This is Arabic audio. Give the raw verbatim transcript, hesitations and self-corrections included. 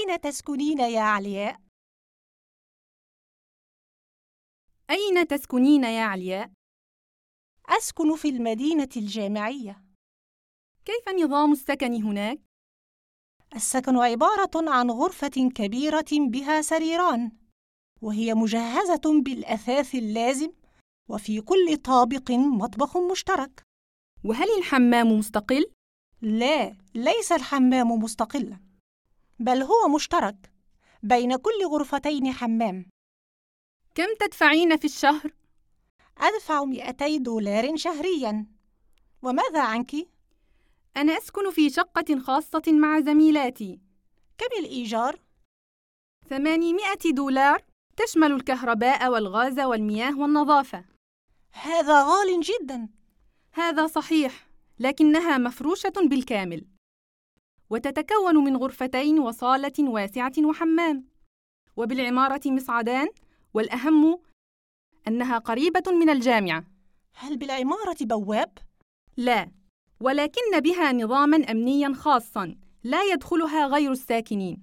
أين تسكنين يا علياء؟ أين تسكنين يا علياء؟ أسكن في المدينة الجامعية. كيف نظام السكن هناك؟ السكن عبارة عن غرفة كبيرة بها سريران، وهي مجهزة بالأثاث اللازم، وفي كل طابق مطبخ مشترك. وهل الحمام مستقل؟ لا، ليس الحمام مستقلاً، بل هو مشترك بين كل غرفتين حمام. كم تدفعين في الشهر؟ أدفع مئتي دولار شهرياً. وماذا عنك؟ أنا أسكن في شقة خاصة مع زميلاتي. كم الإيجار؟ ثمانمائة دولار، تشمل الكهرباء والغاز والمياه والنظافة. هذا غال جداً. هذا صحيح، لكنها مفروشة بالكامل، وتتكون من غرفتين وصالة واسعة وحمام، وبالعمارة مصعدان، والأهم أنها قريبة من الجامعة. هل بالعمارة بواب؟ لا، ولكن بها نظاماً أمنياً خاصاً لا يدخلها غير الساكنين.